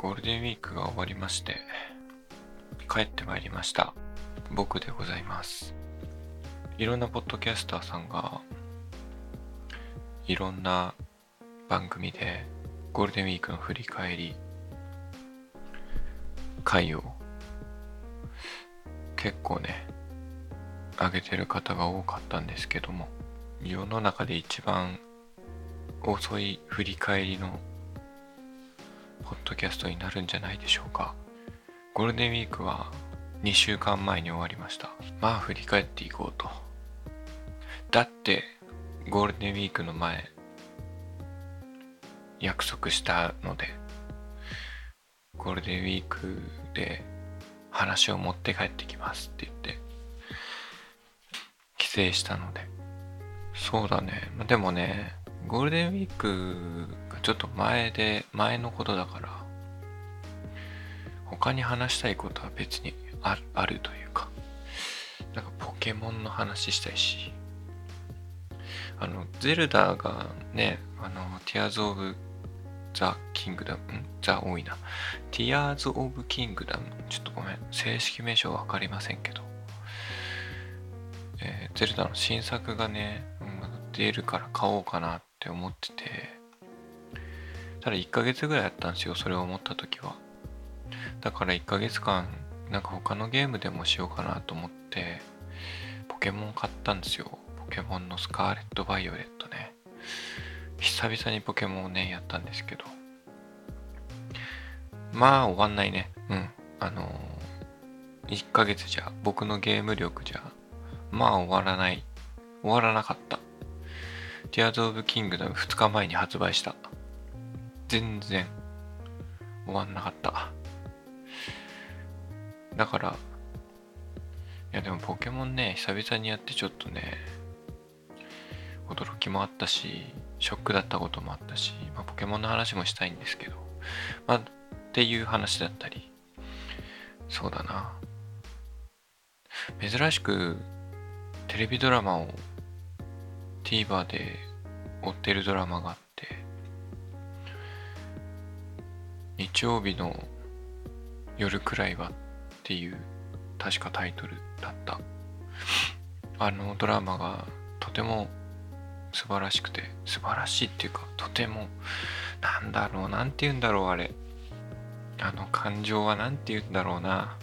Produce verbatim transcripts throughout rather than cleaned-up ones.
ゴールデンウィークが終わりまして帰ってまいりました。僕でございます。いろんなポッドキャスターさんがいろんな番組でゴールデンウィークの振り返り回を結構ね上げてる方が多かったんですけども、世の中で一番遅い振り返りのポッドキャストになるんじゃないでしょうか。ゴールデンウィークはにしゅうかんまえに終わりました。まあ振り返っていこうと。だってゴールデンウィークの前約束したので、ゴールデンウィークで話を持って帰ってきますって言って帰省したので。そうだね。でもね、ゴールデンウィークがちょっと前で前のことだから、他に話したいことは別にある、あるというか、なんかポケモンの話したいし、あのゼルダがね、あのティアーズ・オブ・ザ・キングダム、んザ多いな。ティアーズ・オブ・キングダム、ちょっとごめん、正式名称わかりませんけど、えーゼルダの新作がね、うん、出るから買おうかなって思ってて、ただいっかげつぐらいやったんですよ、それを思った時は。だからいっかげつかんなんか他のゲームでもしようかなと思ってポケモン買ったんですよ。ポケモンのスカーレット・バイオレットね。久々にポケモンをねやったんですけど、まあ終わんないね。うんあのー、いっかげつじゃ僕のゲーム力じゃまあ終わらない終わらなかった。ティアーズ・オブ・キングダムふつかまえに発売した。全然終わんなかった。だから、いやでもポケモンね、久々にやってちょっとね、驚きもあったし、ショックだったこともあったし、まあ、ポケモンの話もしたいんですけど、まあ、っていう話だったり、そうだな。珍しくテレビドラマを TVer で追ってるドラマがあって、日曜日の夜くらいはっていう確かタイトルだった。あのドラマがとても素晴らしくて、素晴らしいっていうか、とてもなんだろう、なんて言うんだろう、あれ、あの感情はなんて言うんだろうな、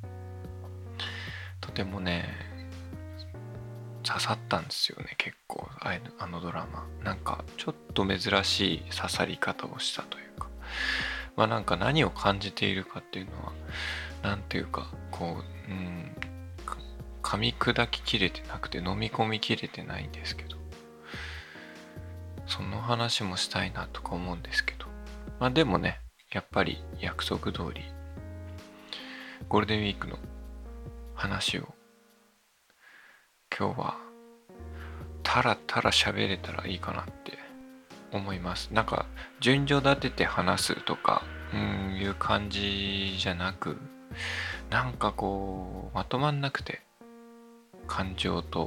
とてもね刺さったんですよね。結構あのあのドラマなんかちょっと珍しい刺さり方をしたというか、まあなんか何を感じているかっていうのはなんていうかこう、うん、噛み砕ききれてなくて飲み込みきれてないんですけど、その話もしたいなとか思うんですけど、まあでもね、やっぱり約束通りゴールデンウィークの話を今日はたらたら喋れたらいいかなって思います。なんか順序立てて話すとかうんいう感じじゃなく、なんかこうまとまんなくて、感情と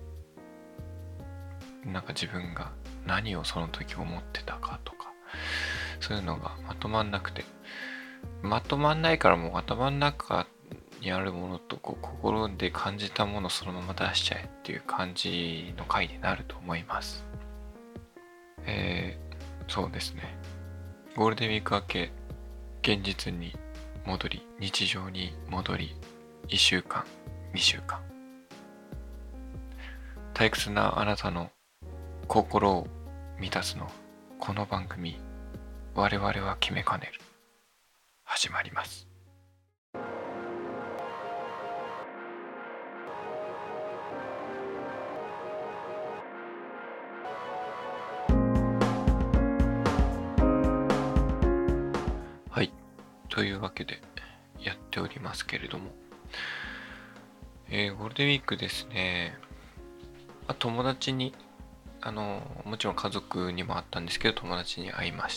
なんか自分が何をその時思ってたかとか、そういうのがまとまんなくて、まとまんないからもう頭の中にあるものとこう心で感じたものをそのまま出しちゃえっていう感じの回になると思います。えー、そうですね。ゴールデンウィーク明け、現実に戻り、日常に戻り、いっしゅうかん、にしゅうかん。退屈なあなたの心を満たすのこの番組、我々は決めかねる、始まります。はい、というわけでやっておりますけれども、えー、ゴールデンウィークですね、あ友達にあのもちろん家族にもあったんですけど、友達に会いまして、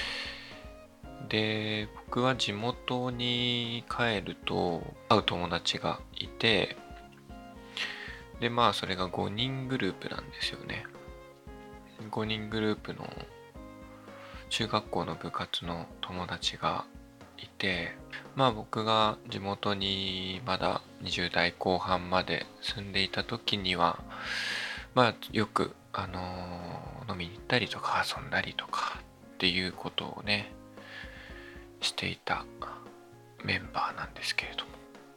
で僕は地元に帰ると会う友達がいて、でまあそれがごにんグループなんですよね。ごにんグループの中学校の部活の友達がいて、まあ僕が地元にまだにじゅう代後半まで住んでいた時には、まあよく、あのー飲みに行ったりとか遊んだりとかっていうことをね、していたメンバーなんですけれども。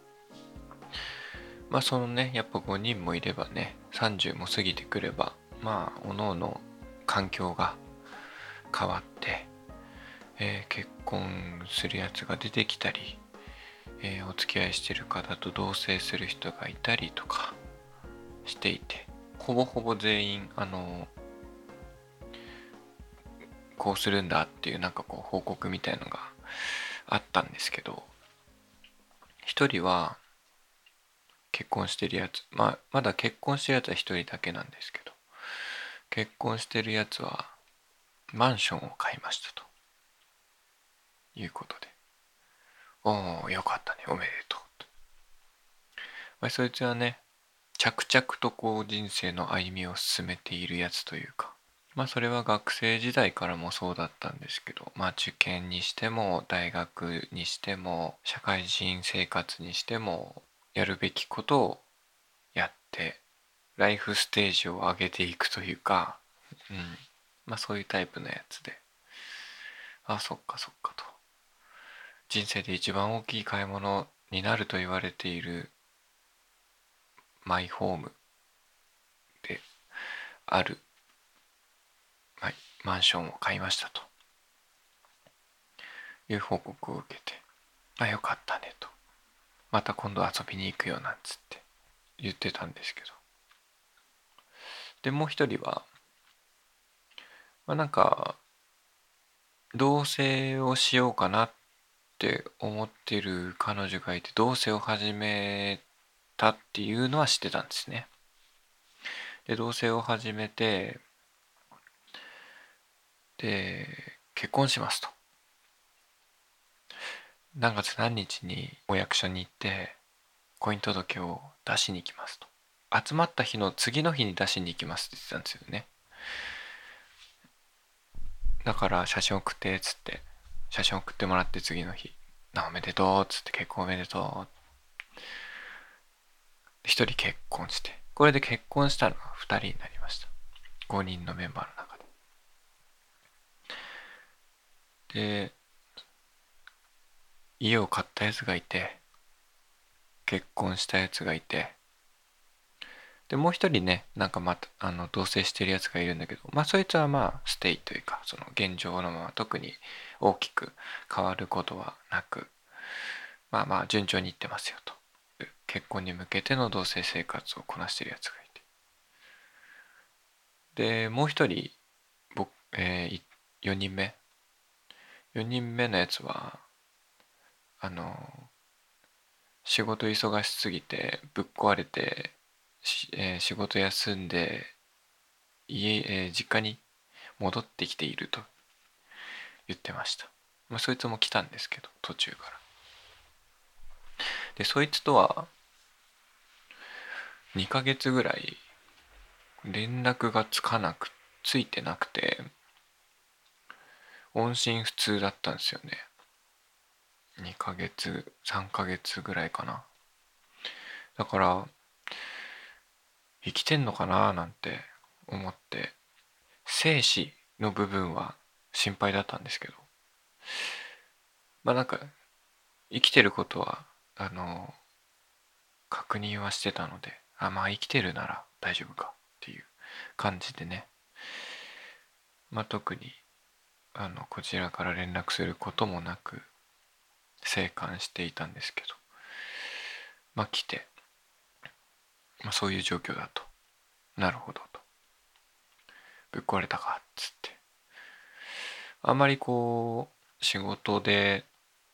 まあそのね、やっぱごにんもいればね、さんじゅうも過ぎてくれば、まあ、おのおの環境が変わって、えー結婚するやつが出てきたり、えーお付き合いしてる方と同棲する人がいたりとかしていて、ほぼほぼ全員、あのこうするんだっていうなんかこう報告みたいのがあったんですけど、一人は結婚してるやつ、まあ、まだ結婚してるやつは一人だけなんですけど、結婚してるやつはマンションを買いましたということで、おお、よかったね、おめでとうと。まあ、そいつはね、着々とこう人生の歩みを進めているやつというか、まあそれは学生時代からもそうだったんですけど、まあ受験にしても大学にしても社会人生活にしてもやるべきことをやってライフステージを上げていくというか、うん、まあそういうタイプのやつで、あ、そっかそっかと。人生で一番大きい買い物になると言われているマイホームである、はい、マンションを買いましたという報告を受けて、あ、よかったねと。また今度遊びに行くよなんつって言ってたんですけど。で、もう一人は、まあ、なんか、同棲をしようかなって思ってる彼女がいて、同棲を始めたっていうのは知ってたんですね。で、同棲を始めて、で、結婚しますと。何月何日にお役所に行って、婚姻届を出しに行きますと。集まった日の次の日に出しに行きますって言ってたんですよね。だから写真送ってっつって、写真送ってもらって次の日、なおめでとうっつって結婚おめでとう。一人結婚して、これで結婚したのが二人になりました。ごにんのメンバーの中で。で、家を買ったやつがいて、結婚したやつがいて、で、もう一人ね、なんかまた、あの、同棲してるやつがいるんだけど、まあそいつはまあ、ステイというか、その現状のまま特に大きく変わることはなく、まあまあ順調にいってますよと。結婚に向けての同棲生活をこなしてるやつがいて。で、もう一人、僕、えー、よにんめ。よにんめのやつは、あの、仕事忙しすぎてぶっ壊れて、えー仕事休んで家、えー実家に戻ってきていると言ってました。まあ、そいつも来たんですけど、途中から。で、そいつとはにかげつぐらい連絡がつかなく、ついてなくて、音信不通だったんですよね。にかげつ、さんかげつぐらいかな。だから、生きてんのかななんて思って、生死の部分は心配だったんですけど、まあなんか、生きてることは、あの、確認はしてたので、あ、まあ生きてるなら大丈夫かっていう感じでね、まあ特に、あの、こちらから連絡することもなく、生還していたんですけど、まあ来て、まあそういう状況だと。なるほどと。ぶっ壊れたかっつって。あんまりこう、仕事で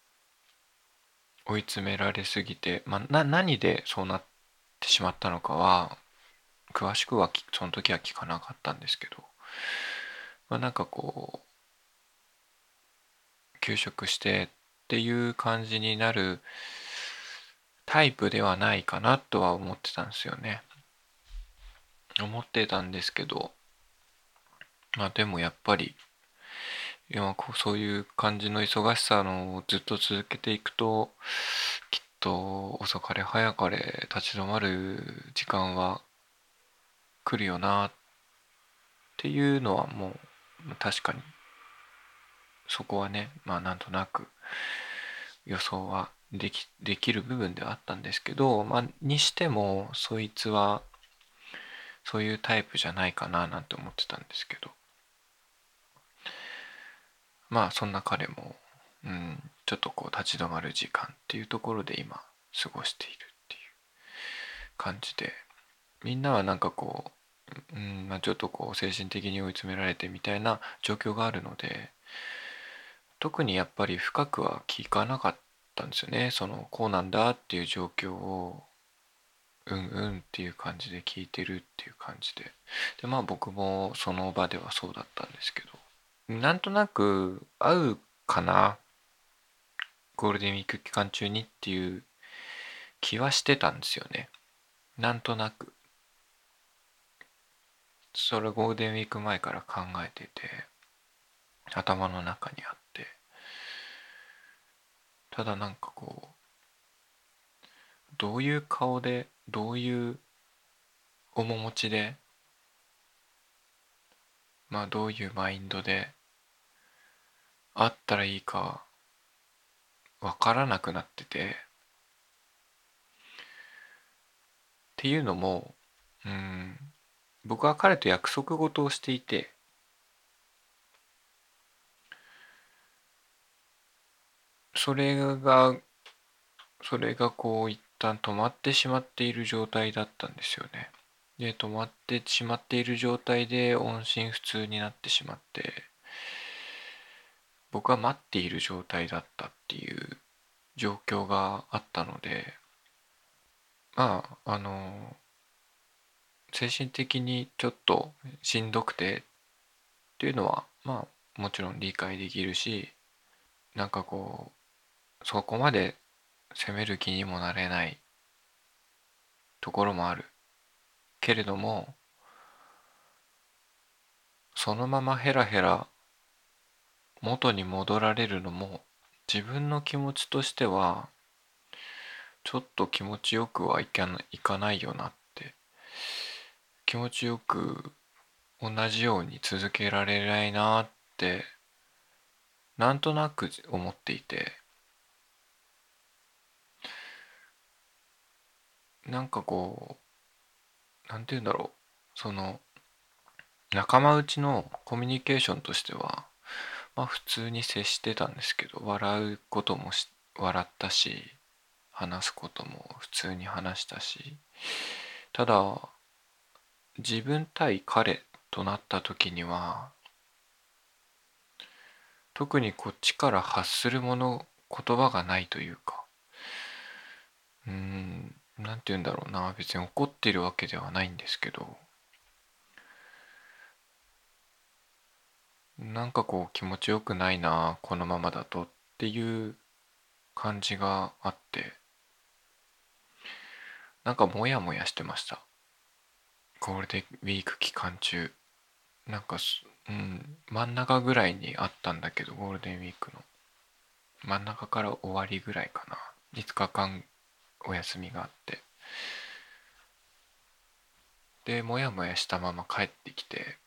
追い詰められすぎて、まあな、何でそうなってしまったのかは、詳しくはその時は聞かなかったんですけど、まあなんかこう、休職してっていう感じになるタイプではないかなとは思ってたんですよね。思ってたんですけど、まあでもやっぱり今こうそういう感じの忙しさのをずっと続けていくと、きっと遅かれ早かれ立ち止まる時間は来るよなっていうのはもう確かにそこはね、まあなんとなく予想はでき、できる部分ではあったんですけど、まあにしてもそいつはそういうタイプじゃないかななんて思ってたんですけど、まあそんな彼も、うん、ちょっとこう立ち止まる時間っていうところで今過ごしているっていう感じで、みんなはなんかこう、うんまあ、ちょっとこう精神的に追い詰められてみたいな状況があるので、特にやっぱり深くは聞かなかったんですよね。そのこうなんだっていう状況をうんうんっていう感じで聞いてるっていう感じで、でまあ僕もその場ではそうだったんですけど、なんとなく合うかな、ゴールデンウィーク期間中にっていう気はしてたんですよね。なんとなくそれゴールデンウィーク前から考えてて、頭の中にあって、ただなんかこうどういう顔でどういう面持ちで、まあどういうマインドで会ったらいいかわからなくなってて、っていうのも、うん、僕は彼と約束事をしていて、それが、それがこう一旦止まってしまっている状態だったんですよね。で、止まってしまっている状態で音信不通になってしまって、僕は待っている状態だったっていう状況があったので、まあ、あの、精神的にちょっとしんどくてっていうのは、まあ、もちろん理解できるし、なんかこう、そこまで責める気にもなれないところもある。けれども、そのままヘラヘラ元に戻られるのも、自分の気持ちとしては、ちょっと気持ちよくはいかない、いかないよなって、気持ちよく同じように続けられないなって、なんとなく思っていて、なんかこう、なんて言うんだろう、その、仲間内のコミュニケーションとしては、まあ普通に接してたんですけど、笑うこともし、笑ったし、話すことも普通に話したし、ただ、自分対彼となった時には、特にこっちから発するもの、言葉がないというか、うーん、なんて言うんだろうな、別に怒ってるわけではないんですけど、なんかこう気持ちよくないな、このままだとっていう感じがあって、なんかモヤモヤしてました。ゴールデンウィーク期間中。なんかす、うん、真ん中ぐらいにあったんだけど、ゴールデンウィークの。真ん中から終わりぐらいかな。いつかかんお休みがあって。で、モヤモヤしたまま帰ってきて、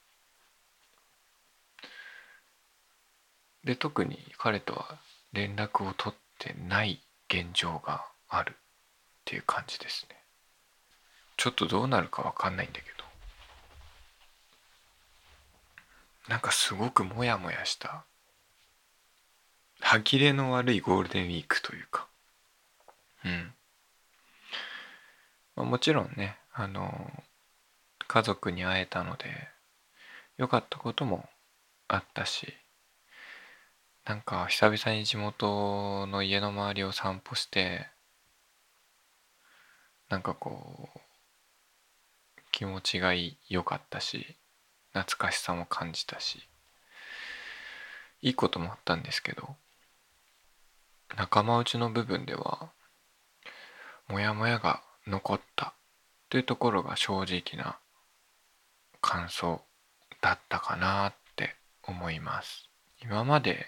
で、特に彼とは連絡を取ってない現状があるっていう感じですね。ちょっとどうなるかわかんないんだけど、なんかすごくモヤモヤした、歯切れの悪いゴールデンウィークというか、うん。まあ、もちろんね、あの、家族に会えたので、良かったこともあったし、なんか久々に地元の家の周りを散歩して、なんかこう、気持ちがいい、良かったし、懐かしさも感じたし、いいこともあったんですけど、仲間内の部分では、モヤモヤが残ったというところが正直な感想だったかなって思います。 今まで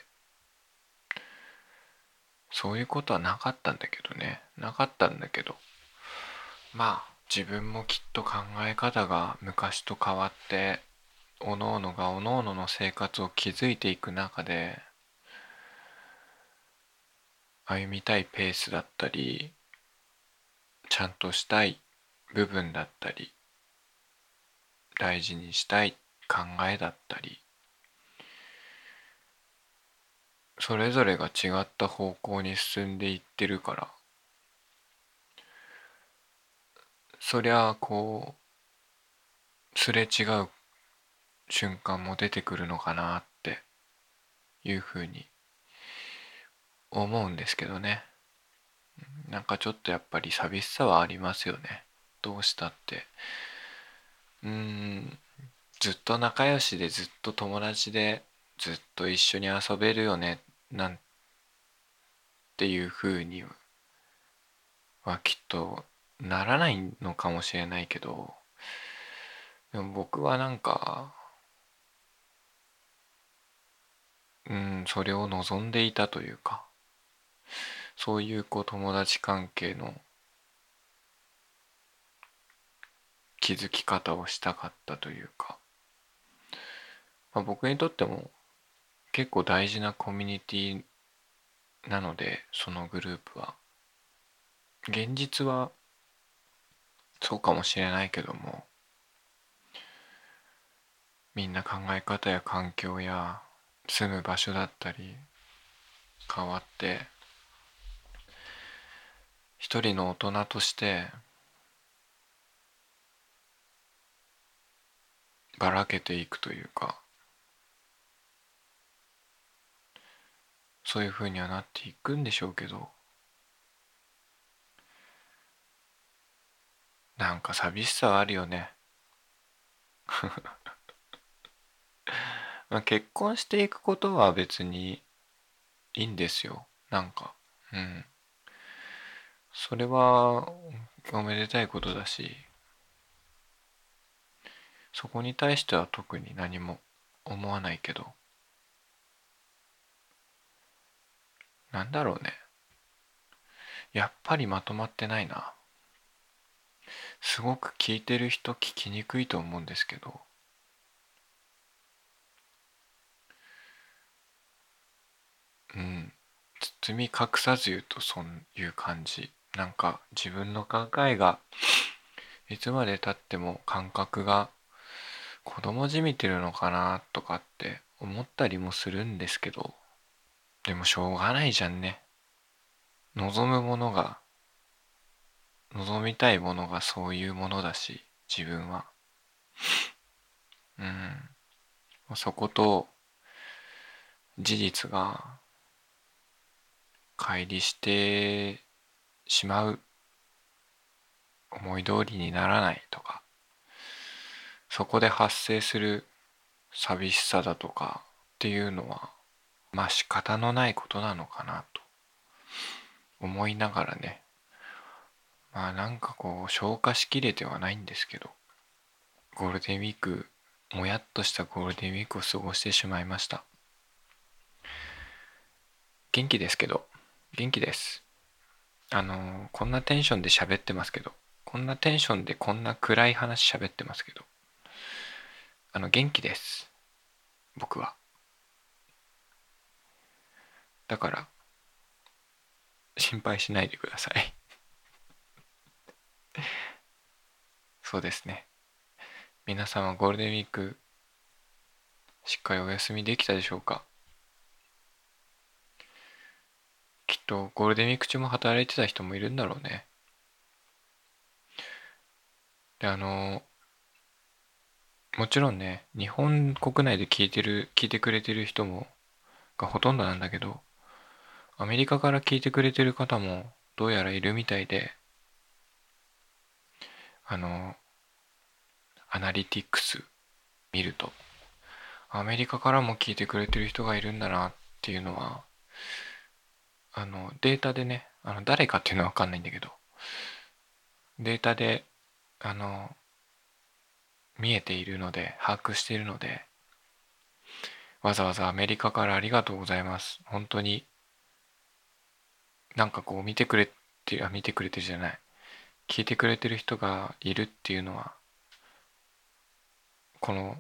そういうことはなかったんだけどね。なかったんだけど、まあ自分もきっと考え方が昔と変わって、各々が各々の生活を築いていく中で、歩みたいペースだったり、ちゃんとしたい部分だったり、大事にしたい考えだったり、それぞれが違った方向に進んでいってるから、そりゃあこうすれ違う瞬間も出てくるのかなっていうふうに思うんですけどね。なんかちょっとやっぱり寂しさはありますよね。どうしたって。うーん、ずっと仲良しでずっと友達でずっと一緒に遊べるよねなんていうふうにはきっとならないのかもしれないけど、でも僕はなんか、うん、それを望んでいたというか、そういうこう友達関係の築き方をしたかったというか、まあ、僕にとっても結構大事なコミュニティなので、そのグループは。現実はそうかもしれないけども、みんな考え方や環境や住む場所だったり変わって、一人の大人としてばらけていくというか、そういう風にはなっていくんでしょうけど、なんか寂しさはあるよね。まあ、結婚していくことは別にいいんですよ。なんか、うん。それはおめでたいことだし、そこに対しては特に何も思わないけど、なんだろうね。やっぱりまとまってないな。すごく聞いてる人聞きにくいと思うんですけど、うん。包み隠さず言うとそういう感じ。なんか自分の考えがいつまで経っても感覚が子供じみてるのかなとかって思ったりもするんですけど、でもしょうがないじゃんね。望むものが、望みたいものがそういうものだし、自分は。うん。そこと事実が乖離してしまう、思い通りにならないとか、そこで発生する寂しさだとかっていうのは、まあ仕方のないことなのかなと思いながらね、まあなんかこう消化しきれてはないんですけど、ゴールデンウィーク、もやっとしたゴールデンウィークを過ごしてしまいました。元気ですけど、元気です。あのーこんなテンションで喋ってますけど、こんなテンションでこんな暗い話喋ってますけど、あの元気です。僕は。だから心配しないでください。そうですね。皆さんはゴールデンウィークしっかりお休みできたでしょうか？きっとゴールデンウィーク中も働いてた人もいるんだろうね。で、あの、もちろんね、日本国内で聞いてる、聞いてくれてる人も、がほとんどなんだけど、アメリカから聞いてくれてる方もどうやらいるみたいで、あの、アナリティクス見ると、アメリカからも聞いてくれてる人がいるんだなっていうのは、あの、データでね、あの、誰かっていうのはわかんないんだけど、データで、あの、見えているので、把握しているので、 わざわざアメリカからありがとうございます。本当になんかこう見てくれて、あ、見てくれてるじゃない。聞いてくれてる人がいるっていうのは、この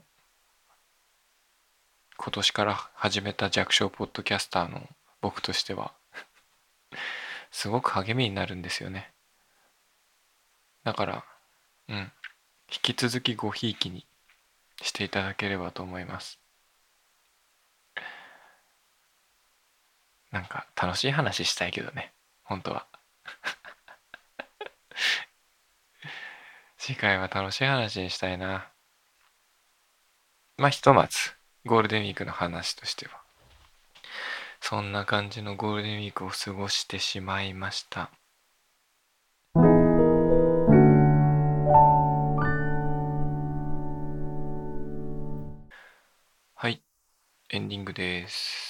今年から始めた弱小ポッドキャスターの僕としては、すごく励みになるんですよね。だから、うん、引き続きごひいきにしていただければと思います。なんか楽しい話したいけどね、本当は。次回は楽しい話にしたいな。まあひとまず、ゴールデンウィークの話としては、そんな感じのゴールデンウィークを過ごしてしまいました。はい、エンディングです。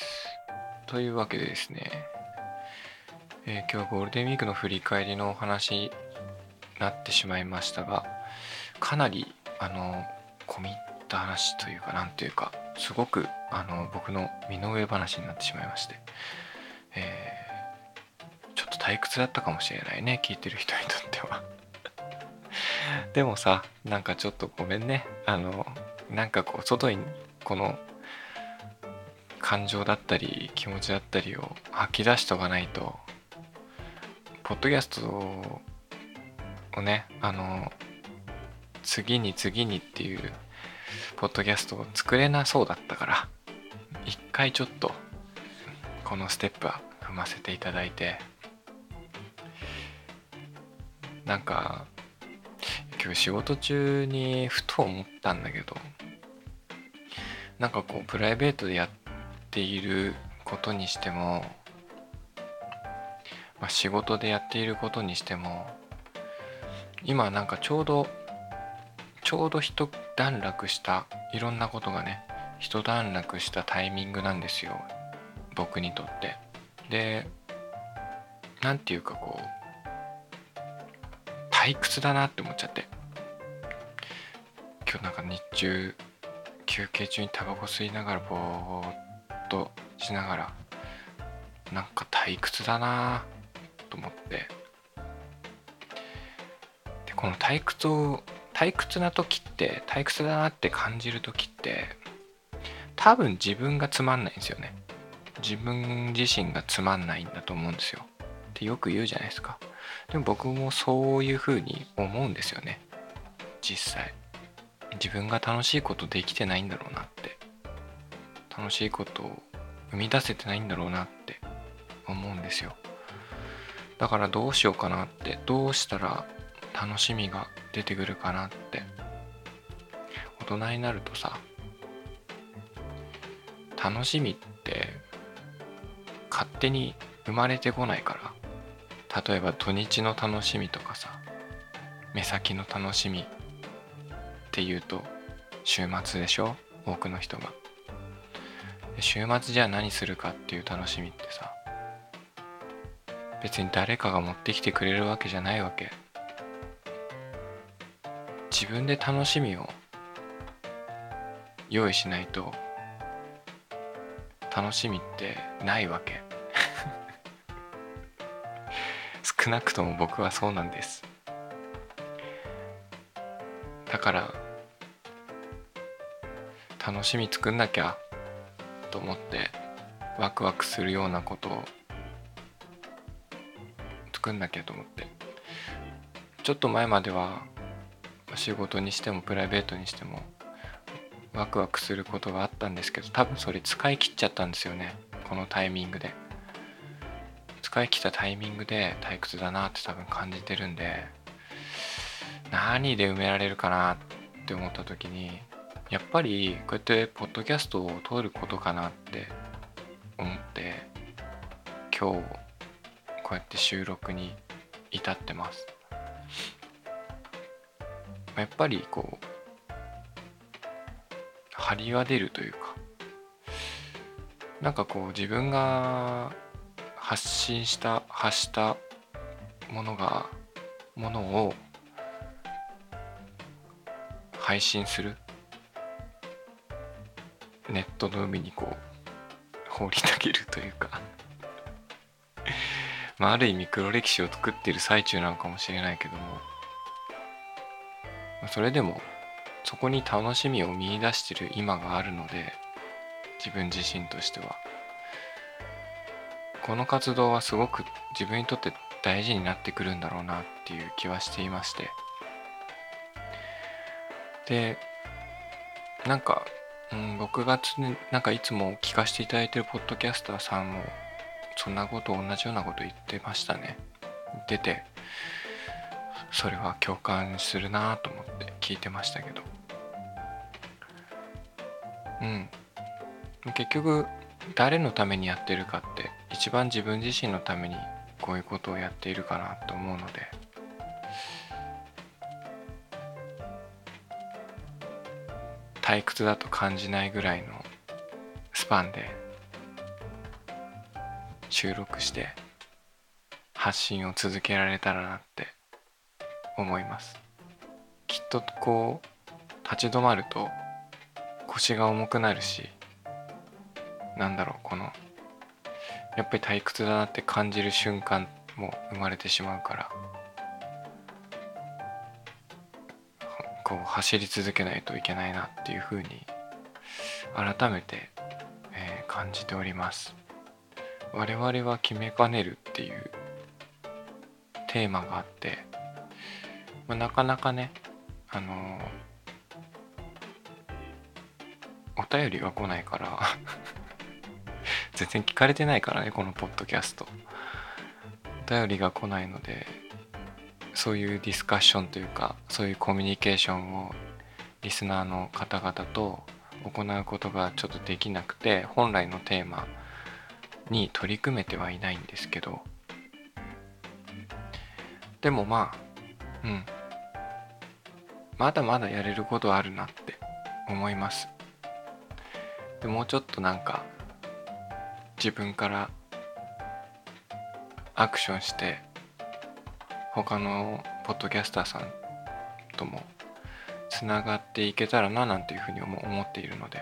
というわけでですね、えー今日はゴールデンウィークの振り返りのお話になってしまいましたが、かなりあの込み入った話というか、なんというか、すごくあの僕の身の上話になってしまいまして、えーちょっと退屈だったかもしれないね、聞いてる人にとっては。でもさ、なんかちょっとごめんね。あのなんかこう外にこの感情だったり気持ちだったりを吐き出しとかないと、ポッドキャストをね、あの次に次にっていうポッドキャストを作れなそうだったから、一回ちょっとこのステップは踏ませていただいて、なんか今日仕事中にふと思ったんだけど、なんかこうプライベートでやっていることにしても、まあ、仕事でやっていることにしても、今なんかちょうどちょうど一段落した、いろんなことがね一段落したタイミングなんですよ、僕にとって。で、なんていうかこう退屈だなって思っちゃって、今日なんか日中休憩中にタバコ吸いながらぼーっとしながら、なんか退屈だなと思って、でこの退屈を退屈な時って退屈だなって感じる時って、多分自分がつまんないんですよね。自分自身がつまんないんだと思うんですよってよく言うじゃないですか。でも僕もそういう風に思うんですよね。実際自分が楽しいことできてないんだろうなって、楽しいことを生み出せてないんだろうなって思うんですよ。だからどうしようかなって、どうしたら楽しみが出てくるかなって。大人になるとさ、楽しみって勝手に生まれてこないから。例えば土日の楽しみとかさ、目先の楽しみっていうと週末でしょ、多くの人が。週末じゃあ何するかっていう楽しみってさ、別に誰かが持ってきてくれるわけじゃないわけ。自分で楽しみを用意しないと楽しみってないわけ。少なくとも僕はそうなんです。だから楽しみ作んなきゃと思って、ワクワクするようなことを作んなきゃと思って、ちょっと前までは仕事にしてもプライベートにしてもワクワクすることがあったんですけど、多分それ使い切っちゃったんですよね、このタイミングで。使い切ったタイミングで退屈だなって多分感じてるんで、何で埋められるかなって思った時に、やっぱりこうやってポッドキャストを撮ることかなって思って、今日こうやって収録に至ってます。やっぱりこう張りが出るというか、なんかこう自分が発信した発したものがものを配信する、 ネットの海にこう放り投げるというかまあある意味黒歴史を作っている最中なのかもしれないけども、それでもそこに楽しみを見出している今があるので、自分自身としてはこの活動はすごく自分にとって大事になってくるんだろうなっていう気はしていまして、でなんか、うん、僕がつなんかいつも聞かせていただいているポッドキャスターさんもそんなこと同じようなこと言ってましたね。言ってて、それは共感するなと思って聞いてましたけど、うん結局誰のためにやってるかって一番自分自身のためにこういうことをやっているかなと思うので、退屈だと感じないぐらいのスパンで収録して発信を続けられたらなって思います。きっとこう立ち止まると腰が重くなるし、なんだろう、このやっぱり退屈だなって感じる瞬間も生まれてしまうから、こう走り続けないといけないなっていうふうに改めて、えー感じております。我々は決めかねるっていうテーマがあって、まあ、なかなかね、あのーお便りが来ないから全然聞かれてないからね、このポッドキャスト。お便りが来ないので、そういうディスカッションというか、そういうコミュニケーションをリスナーの方々と行うことがちょっとできなくて、本来のテーマに取り組めてはいないんですけど、でもまあうんまだまだやれることはあるなって思います。でもうちょっとなんか自分からアクションして他のポッドキャスターさんともつながっていけたらななんていうふうに思っているので。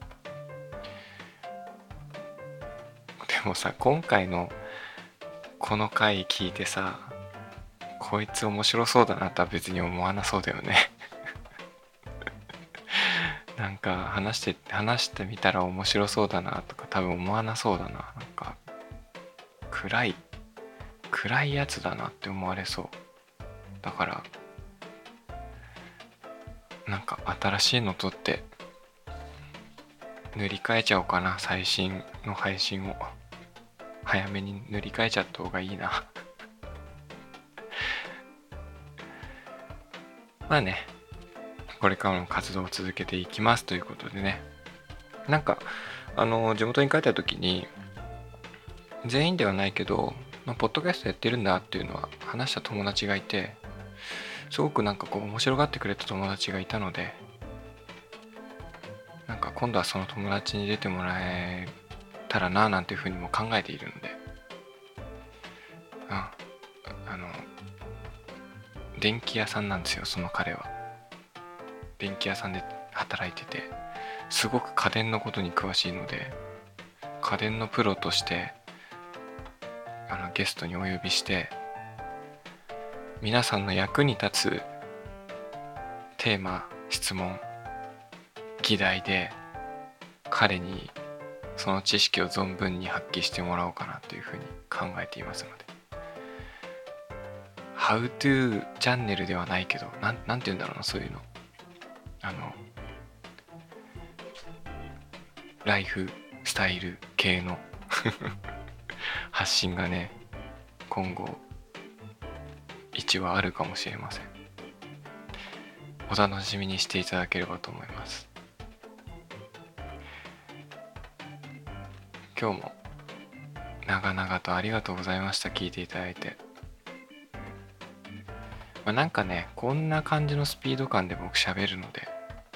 でもさ、今回のこの回聞いてさ、こいつ面白そうだなとは別に思わなそうだよねなんか話して話してみたら面白そうだなとか多分思わなそうだな。なんか暗い暗いやつだなって思われそう。だからなんか新しいの撮って塗り替えちゃおうかな。最新の配信を早めに塗り替えちゃった方がいいなまあね、これからの活動を続けていきますということでね。なんかあの地元に帰った時に全員ではないけど、まあ、ポッドキャストやってるんだっていうのは話した友達がいて、すごくなんかこう面白がってくれた友達がいたので、なんか今度はその友達に出てもらえたらななんていうふうにも考えているので、うん、あの電気屋さんなんですよ、その彼は。電気屋さんで働いてて、すごく家電のことに詳しいので、家電のプロとしてあのゲストにお呼びして、皆さんの役に立つテーマ、質問、議題で彼にその知識を存分に発揮してもらおうかなというふうに考えていますので、How to チャンネルではないけど、なん、なんて言うんだろうな、そういうの。あの、ライフスタイル系の発信がね、今後一話あるかもしれません。お楽しみにしていただければと思います。今日も長々とありがとうございました。聞いていただいて。まあ、なんかね、こんな感じのスピード感で僕喋るので、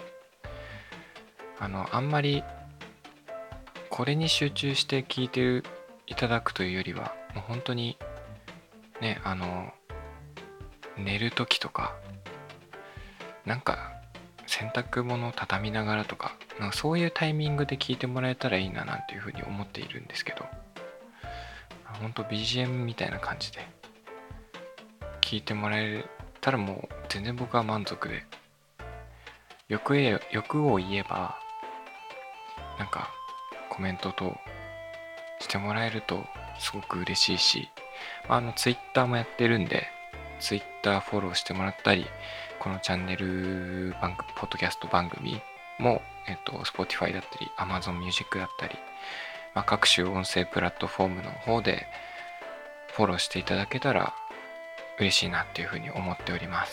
あの、あんまりこれに集中して聞いていただくというよりは、もう本当にね、あの、寝るときとか、なんか洗濯物を畳みながらとか、なんかそういうタイミングで聞いてもらえたらいいななんていうふうに思っているんですけど、ほんと ビージーエム みたいな感じで聞いてもらえたらもう全然僕は満足で、欲へ欲を言えばなんかコメントとしてもらえるとすごく嬉しいし、あの Twitter もやってるんで Twitter フォローしてもらったり、このチャンネル番組ポッドキャスト番組も、えっと、Spotify だったり Amazon Music だったり、まあ、各種音声プラットフォームの方でフォローしていただけたら嬉しいなっていうふうに思っております。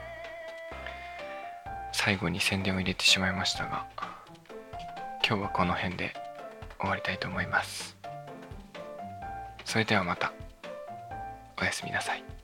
最後に宣伝を入れてしまいましたが、今日はこの辺で終わりたいと思います。それではまた。おやすみなさい。